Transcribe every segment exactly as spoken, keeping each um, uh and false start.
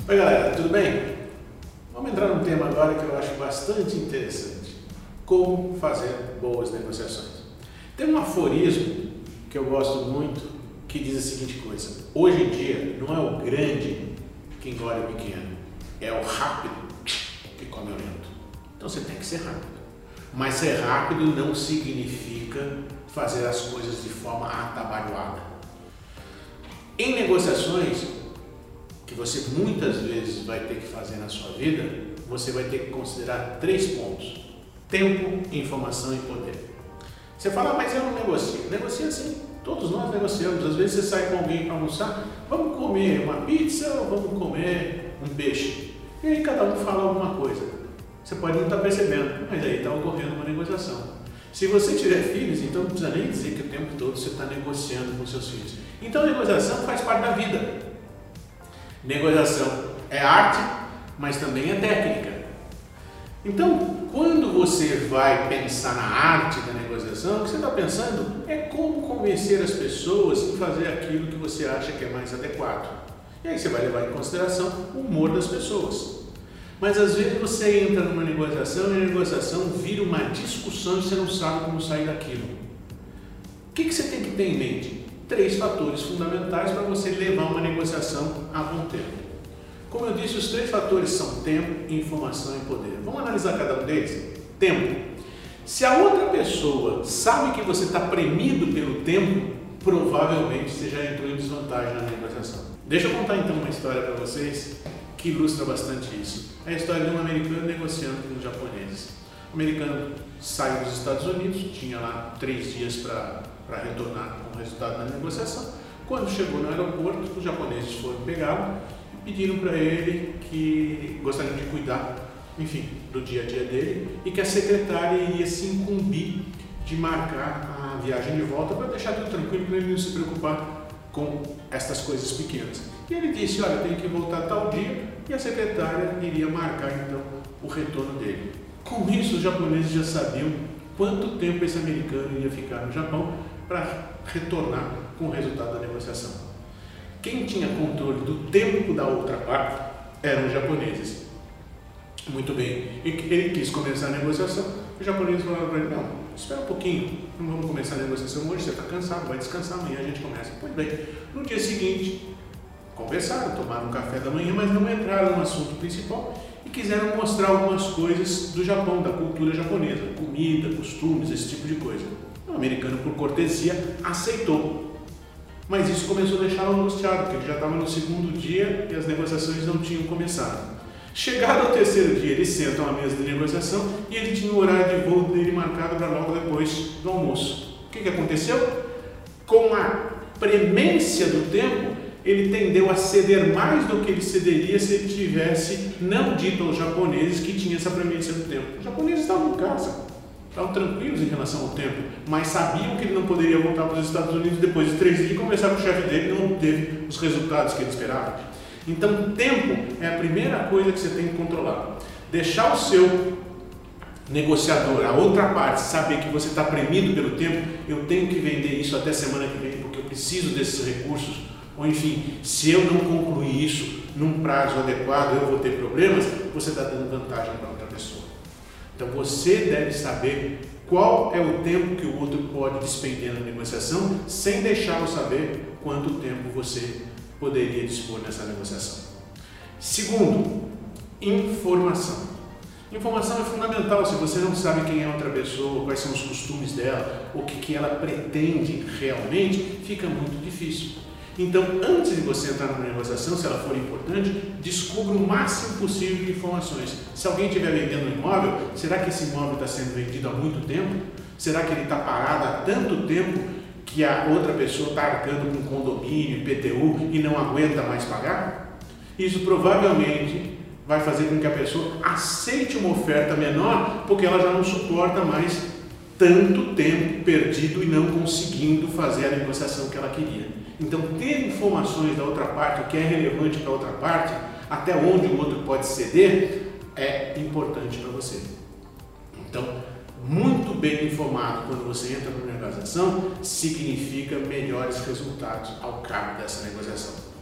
Oi galera, tudo bem? Vamos entrar num tema agora que eu acho bastante interessante. Como fazer boas negociações. Tem um aforismo que eu gosto muito que diz a seguinte coisa: hoje em dia não é o grande que engole o pequeno, é o rápido que come o lento. Então você tem que ser rápido. Mas ser rápido não significa fazer as coisas de forma atabalhoada. Em negociações que você muitas vezes vai ter que fazer na sua vida, você vai ter que considerar três pontos: tempo, informação e poder. Você fala, mas eu não negocio. Negocia sim, todos nós negociamos. Às vezes você sai com alguém para almoçar, vamos comer uma pizza ou vamos comer um peixe. E aí cada um fala alguma coisa. Você pode não estar percebendo, mas aí está ocorrendo uma negociação. Se você tiver filhos, então não precisa nem dizer que o tempo todo você está negociando com seus filhos. Então a negociação faz parte da vida. Negociação é arte, mas também é técnica. Então, quando você vai pensar na arte da negociação, o que você está pensando é como convencer as pessoas em fazer aquilo que você acha que é mais adequado. E aí você vai levar em consideração o humor das pessoas. Mas às vezes você entra numa negociação e a negociação vira uma discussão e você não sabe como sair daquilo. O que você tem que ter em mente? Três fatores fundamentais para você levar uma negociação a bom termo. Como eu disse, os três fatores são tempo, informação e poder. Vamos analisar cada um deles? Tempo. Se a outra pessoa sabe que você está premido pelo tempo, provavelmente você já entrou em desvantagem na negociação. Deixa eu contar então uma história para vocês que ilustra bastante isso. É a história de um americano negociando com os japoneses. O americano saiu dos Estados Unidos, tinha lá três dias para para retornar com o resultado da negociação. Quando chegou no aeroporto, os japoneses foram pegá-lo e pediram para ele que gostariam de cuidar, enfim, do dia a dia dele e que a secretária iria se incumbir de marcar a viagem de volta para deixar tudo tranquilo, para ele não se preocupar com estas coisas pequenas. E ele disse, olha, eu tenho que voltar tal dia, e a secretária iria marcar então o retorno dele. Com isso, os japoneses já sabiam quanto tempo esse americano ia ficar no Japão para retornar com o resultado da negociação. Quem tinha controle do tempo da outra parte eram os japoneses. Muito bem, ele quis começar a negociação, os japoneses falaram para ele, não, espera um pouquinho, não vamos começar a negociação hoje, você está cansado, vai descansar, amanhã a gente começa. Pois bem, no dia seguinte, conversaram, tomaram um café da manhã, mas não entraram no assunto principal e quiseram mostrar algumas coisas do Japão, da cultura japonesa, comida, costumes, esse tipo de coisa. O americano, por cortesia, aceitou. Mas isso começou a deixá-lo angustiado, porque ele já estava no segundo dia e as negociações não tinham começado. Chegado ao terceiro dia, eles sentam à mesa de negociação e ele tinha o horário de voo dele marcado para logo depois do almoço. O que, que aconteceu? Com a premência do tempo, ele tendeu a ceder mais do que ele cederia se ele tivesse não dito aos japoneses que tinha essa premência do tempo. Os japoneses estavam em casa, estavam tranquilos em relação ao tempo, mas sabiam que ele não poderia voltar para os Estados Unidos depois de três dias e conversar com o chefe dele e não obteve os resultados que ele esperava. Então, tempo é a primeira coisa que você tem que controlar. Deixar o seu negociador, a outra parte, saber que você está premido pelo tempo, eu tenho que vender isso até semana que vem porque eu preciso desses recursos, ou enfim, se eu não concluir isso num prazo adequado, eu vou ter problemas, você está dando vantagem para outra pessoa. Então você deve saber qual é o tempo que o outro pode despender na negociação, sem deixá-lo saber quanto tempo você poderia dispor nessa negociação. Segundo, informação. Informação é fundamental. Se você não sabe quem é outra pessoa, quais são os costumes dela, o que, que ela pretende realmente, fica muito difícil. Então, antes de você entrar numa negociação, se ela for importante, descubra o máximo possível de informações. Se alguém estiver vendendo um imóvel, será que esse imóvel está sendo vendido há muito tempo? Será que ele está parado há tanto tempo que a outra pessoa está arcando com condomínio, I P T U e não aguenta mais pagar? Isso provavelmente vai fazer com que a pessoa aceite uma oferta menor porque ela já não suporta mais tanto tempo perdido e não conseguindo fazer a negociação que ela queria. Então, ter informações da outra parte, o que é relevante para a outra parte, até onde o outro pode ceder, é importante para você. Então, muito bem informado quando você entra numa negociação significa melhores resultados ao cabo dessa negociação.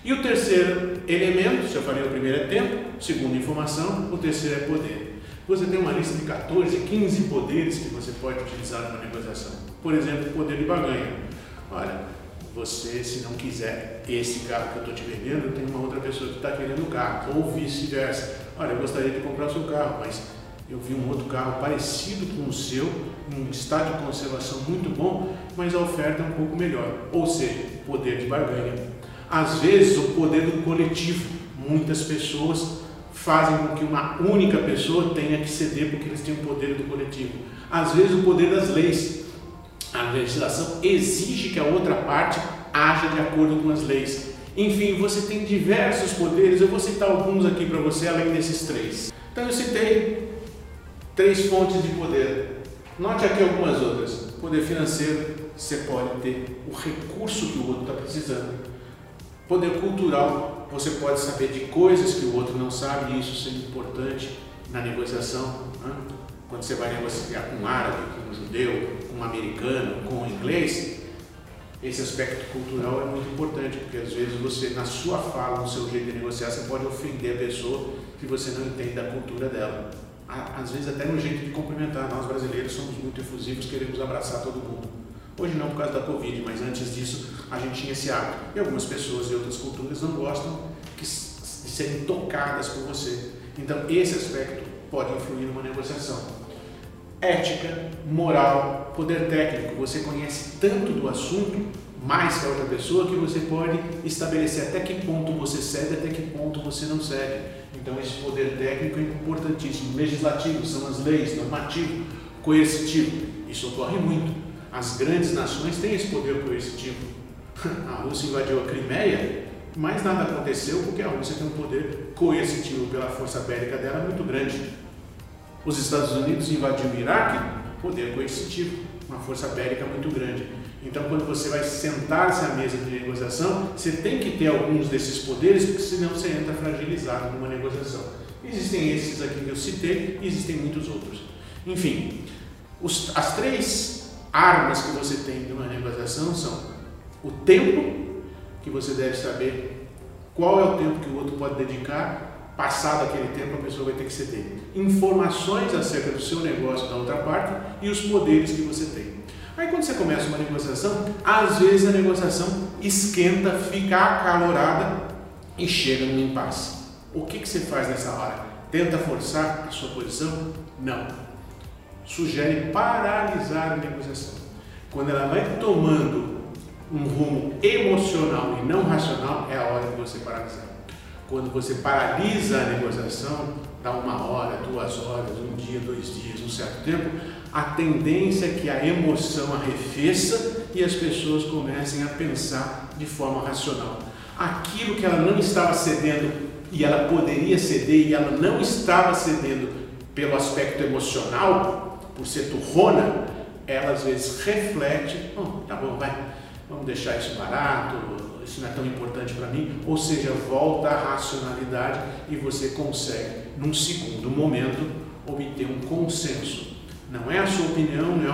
E o terceiro elemento, se eu falei o primeiro é tempo, o segundo informação, o terceiro é poder. Você tem uma lista de quatorze, quinze poderes que você pode utilizar numa negociação. Por exemplo, o poder de barganha. Olha, você, se não quiser esse carro que eu estou te vendendo, tem uma outra pessoa que está querendo o carro, ou vice-versa. Olha, eu gostaria de comprar o seu carro, mas eu vi um outro carro parecido com o seu, em um estado de conservação muito bom, mas a oferta é um pouco melhor. Ou seja, poder de barganha. Às vezes, o poder do coletivo. Muitas pessoas fazem com que uma única pessoa tenha que ceder porque eles têm o poder do coletivo. Às vezes, o poder das leis. A legislação exige que a outra parte haja de acordo com as leis. Enfim, você tem diversos poderes. Eu vou citar alguns aqui para você, além desses três. Então, eu citei três fontes de poder. Note aqui algumas outras. Poder financeiro, você pode ter o recurso que o outro está precisando. Poder cultural, você pode saber de coisas que o outro não sabe, e isso sendo importante na negociação. Né? Quando você vai negociar com um árabe, com um judeu, com um americano, com um inglês, esse aspecto cultural é muito importante, porque às vezes você, na sua fala, no seu jeito de negociar, você pode ofender a pessoa se você não entende a cultura dela. Às vezes até no jeito de cumprimentar. Nós brasileiros somos muito efusivos, queremos abraçar todo mundo. Hoje não por causa da Covid, mas antes disso a gente tinha esse hábito. E algumas pessoas de outras culturas não gostam de serem tocadas por você. Então esse aspecto pode influir numa negociação. Ética, moral, poder técnico. Você conhece tanto do assunto, mais que a outra pessoa, que você pode estabelecer até que ponto você cede, até que ponto você não cede. Então esse poder técnico é importantíssimo. Legislativo são as leis, normativo, coercitivo. Isso ocorre muito. As grandes nações têm esse poder coercitivo. A Rússia invadiu a Crimeia, mas nada aconteceu porque a Rússia tem um poder coercitivo pela força bélica dela muito grande. Os Estados Unidos invadiu o Iraque, poder coercitivo, uma força bélica muito grande. Então, quando você vai sentar-se à mesa de negociação, você tem que ter alguns desses poderes, porque senão você entra fragilizado numa negociação. Existem esses aqui que eu citei e existem muitos outros. Enfim, os, as três armas que você tem numa negociação são o tempo, que você deve saber qual é o tempo que o outro pode dedicar. Passado aquele tempo, a pessoa vai ter que ceder. Informações acerca do seu negócio da outra parte e os poderes que você tem. Aí quando você começa uma negociação, às vezes a negociação esquenta, fica acalorada e chega num impasse. O que, que você faz nessa hora? Tenta forçar a sua posição? Não. Sugere paralisar a negociação. Quando ela vai tomando um rumo emocional e não racional, é a hora de você paralisar. Quando você paralisa a negociação, dá uma hora, duas horas, um dia, dois dias, um certo tempo, a tendência é que a emoção arrefeça e as pessoas comecem a pensar de forma racional. Aquilo que ela não estava cedendo e ela poderia ceder e ela não estava cedendo pelo aspecto emocional, por ser turrona, ela às vezes reflete, oh, tá bom, vai, vamos deixar isso barato, isso não é tão importante para mim, ou seja, volta à racionalidade e você consegue, num segundo momento, obter um consenso. Não é a sua opinião, não é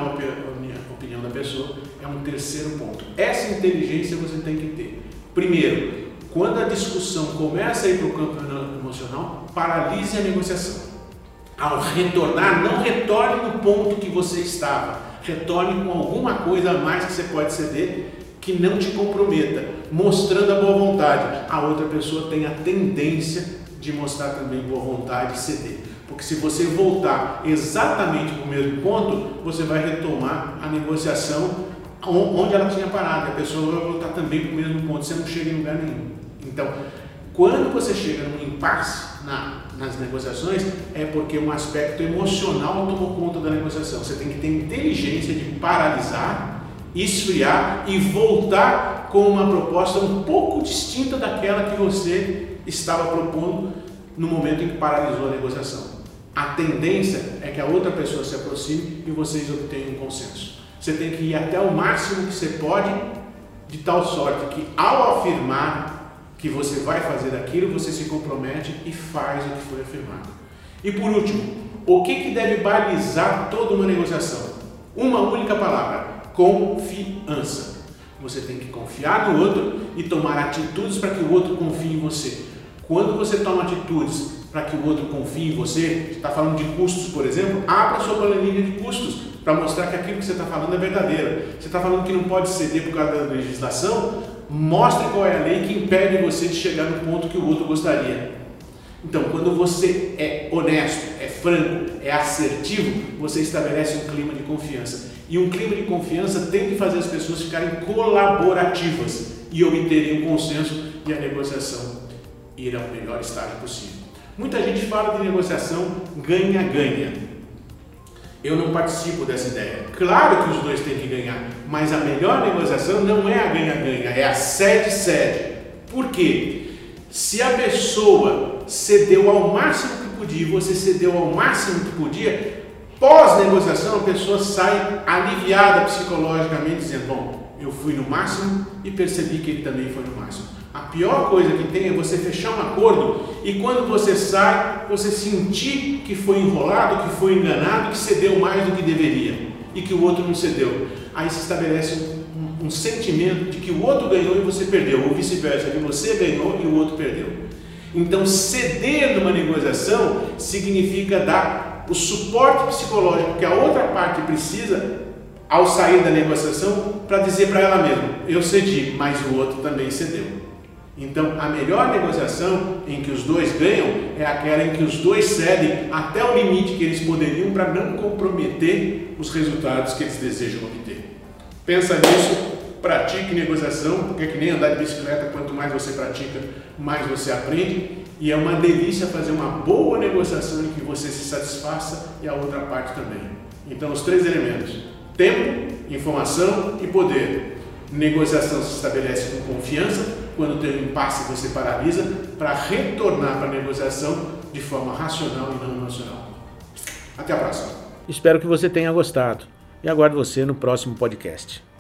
a opinião da pessoa, é um terceiro ponto. Essa inteligência você tem que ter. Primeiro, quando a discussão começa a ir para o campo emocional, paralise a negociação. Ao retornar, não retorne no ponto que você estava, retorne com alguma coisa a mais que você pode ceder, que não te comprometa, mostrando a boa vontade. A outra pessoa tem a tendência de mostrar também boa vontade e ceder. Porque se você voltar exatamente para o mesmo ponto, você vai retomar a negociação onde ela tinha parado. A pessoa vai voltar também para o mesmo ponto, você não chega em lugar nenhum. Então, quando você chega num impasse na, nas negociações, é porque um aspecto emocional tomou conta da negociação. Você tem que ter inteligência de paralisar, esfriar e voltar com uma proposta um pouco distinta daquela que você estava propondo no momento em que paralisou a negociação. A tendência é que a outra pessoa se aproxime e vocês obtenham um consenso. Você tem que ir até o máximo que você pode, de tal sorte que ao afirmar que você vai fazer aquilo, você se compromete e faz o que foi afirmado. E por último, o que, que deve balizar toda uma negociação? Uma única palavra: confiança. Você tem que confiar no outro e tomar atitudes para que o outro confie em você. Quando você toma atitudes para que o outro confie em você, está falando de custos, por exemplo, abra sua planilha de custos para mostrar que aquilo que você está falando é verdadeiro. Você está falando que não pode ceder por causa da legislação, mostre qual é a lei que impede você de chegar no ponto que o outro gostaria. Então, quando você é honesto, é franco, é assertivo, você estabelece um clima de confiança. E um clima de confiança tem que fazer as pessoas ficarem colaborativas e obterem um consenso e a negociação ir ao melhor estágio possível. Muita gente fala de negociação ganha-ganha. Eu não participo dessa ideia. Claro que os dois têm que ganhar, mas a melhor negociação não é a ganha-ganha, é a cede-cede. Por quê? Se a pessoa cedeu ao máximo que podia e você cedeu ao máximo que podia, pós-negociação a pessoa sai aliviada psicologicamente, dizendo, bom, eu fui no máximo e percebi que ele também foi no máximo. A pior coisa que tem é você fechar um acordo e quando você sai, você sentir que foi enrolado, que foi enganado, que cedeu mais do que deveria e que o outro não cedeu. Aí se estabelece um, um, um sentimento de que o outro ganhou e você perdeu, ou vice-versa, que você ganhou e o outro perdeu. Então, ceder numa negociação significa dar o suporte psicológico que a outra parte precisa ao sair da negociação para dizer para ela mesma, eu cedi, mas o outro também cedeu. Então, a melhor negociação em que os dois ganham é aquela em que os dois cedem até o limite que eles poderiam para não comprometer os resultados que eles desejam obter. Pensa nisso, pratique negociação, porque é que nem andar de bicicleta, quanto mais você pratica, mais você aprende. E é uma delícia fazer uma boa negociação em que você se satisfaça e a outra parte também. Então, os três elementos: tempo, informação e poder. Negociação se estabelece com confiança. Quando tem um impasse, você paralisa para retornar para a negociação de forma racional e não emocional. Até a próxima. Espero que você tenha gostado e aguardo você no próximo podcast.